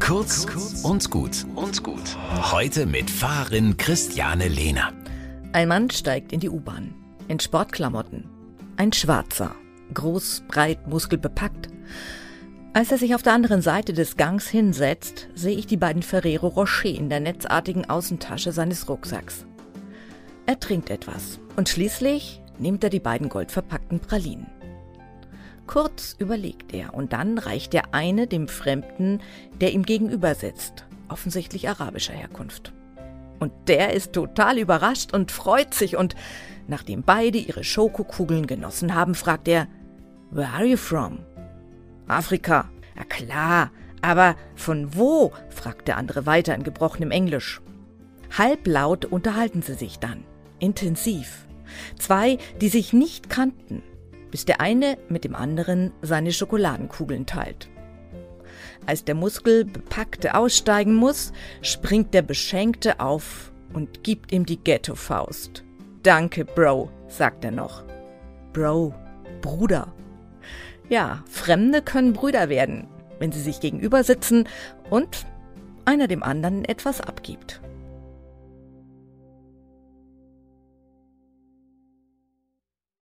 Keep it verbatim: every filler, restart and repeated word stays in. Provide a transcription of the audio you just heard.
Kurz und gut und gut. Heute mit Fahrerin Christiane Lehner. Ein Mann steigt in die U-Bahn. In Sportklamotten. Ein Schwarzer. Groß, breit, muskelbepackt. Als er sich auf der anderen Seite des Gangs hinsetzt, sehe ich die beiden Ferrero Rocher in der netzartigen Außentasche seines Rucksacks. Er trinkt etwas und schließlich nimmt er die beiden goldverpackten Pralinen. Kurz überlegt er und dann reicht der eine dem Fremden, der ihm gegenüber sitzt, offensichtlich arabischer Herkunft. Und der ist total überrascht und freut sich und nachdem beide ihre Schokokugeln genossen haben, fragt er, "Where are you from?" "Afrika." "Ja klar, aber von wo?" fragt der andere weiter in gebrochenem Englisch. Halblaut unterhalten sie sich dann, intensiv. Zwei, die sich nicht kannten, bis der eine mit dem anderen seine Schokoladenkugeln teilt. Als der Muskelbepackte aussteigen muss, springt der Beschenkte auf und gibt ihm die Ghetto-Faust. "Danke, Bro", sagt er noch. Bro, Bruder. Ja, Fremde können Brüder werden, wenn sie sich gegenüber sitzen und einer dem anderen etwas abgibt.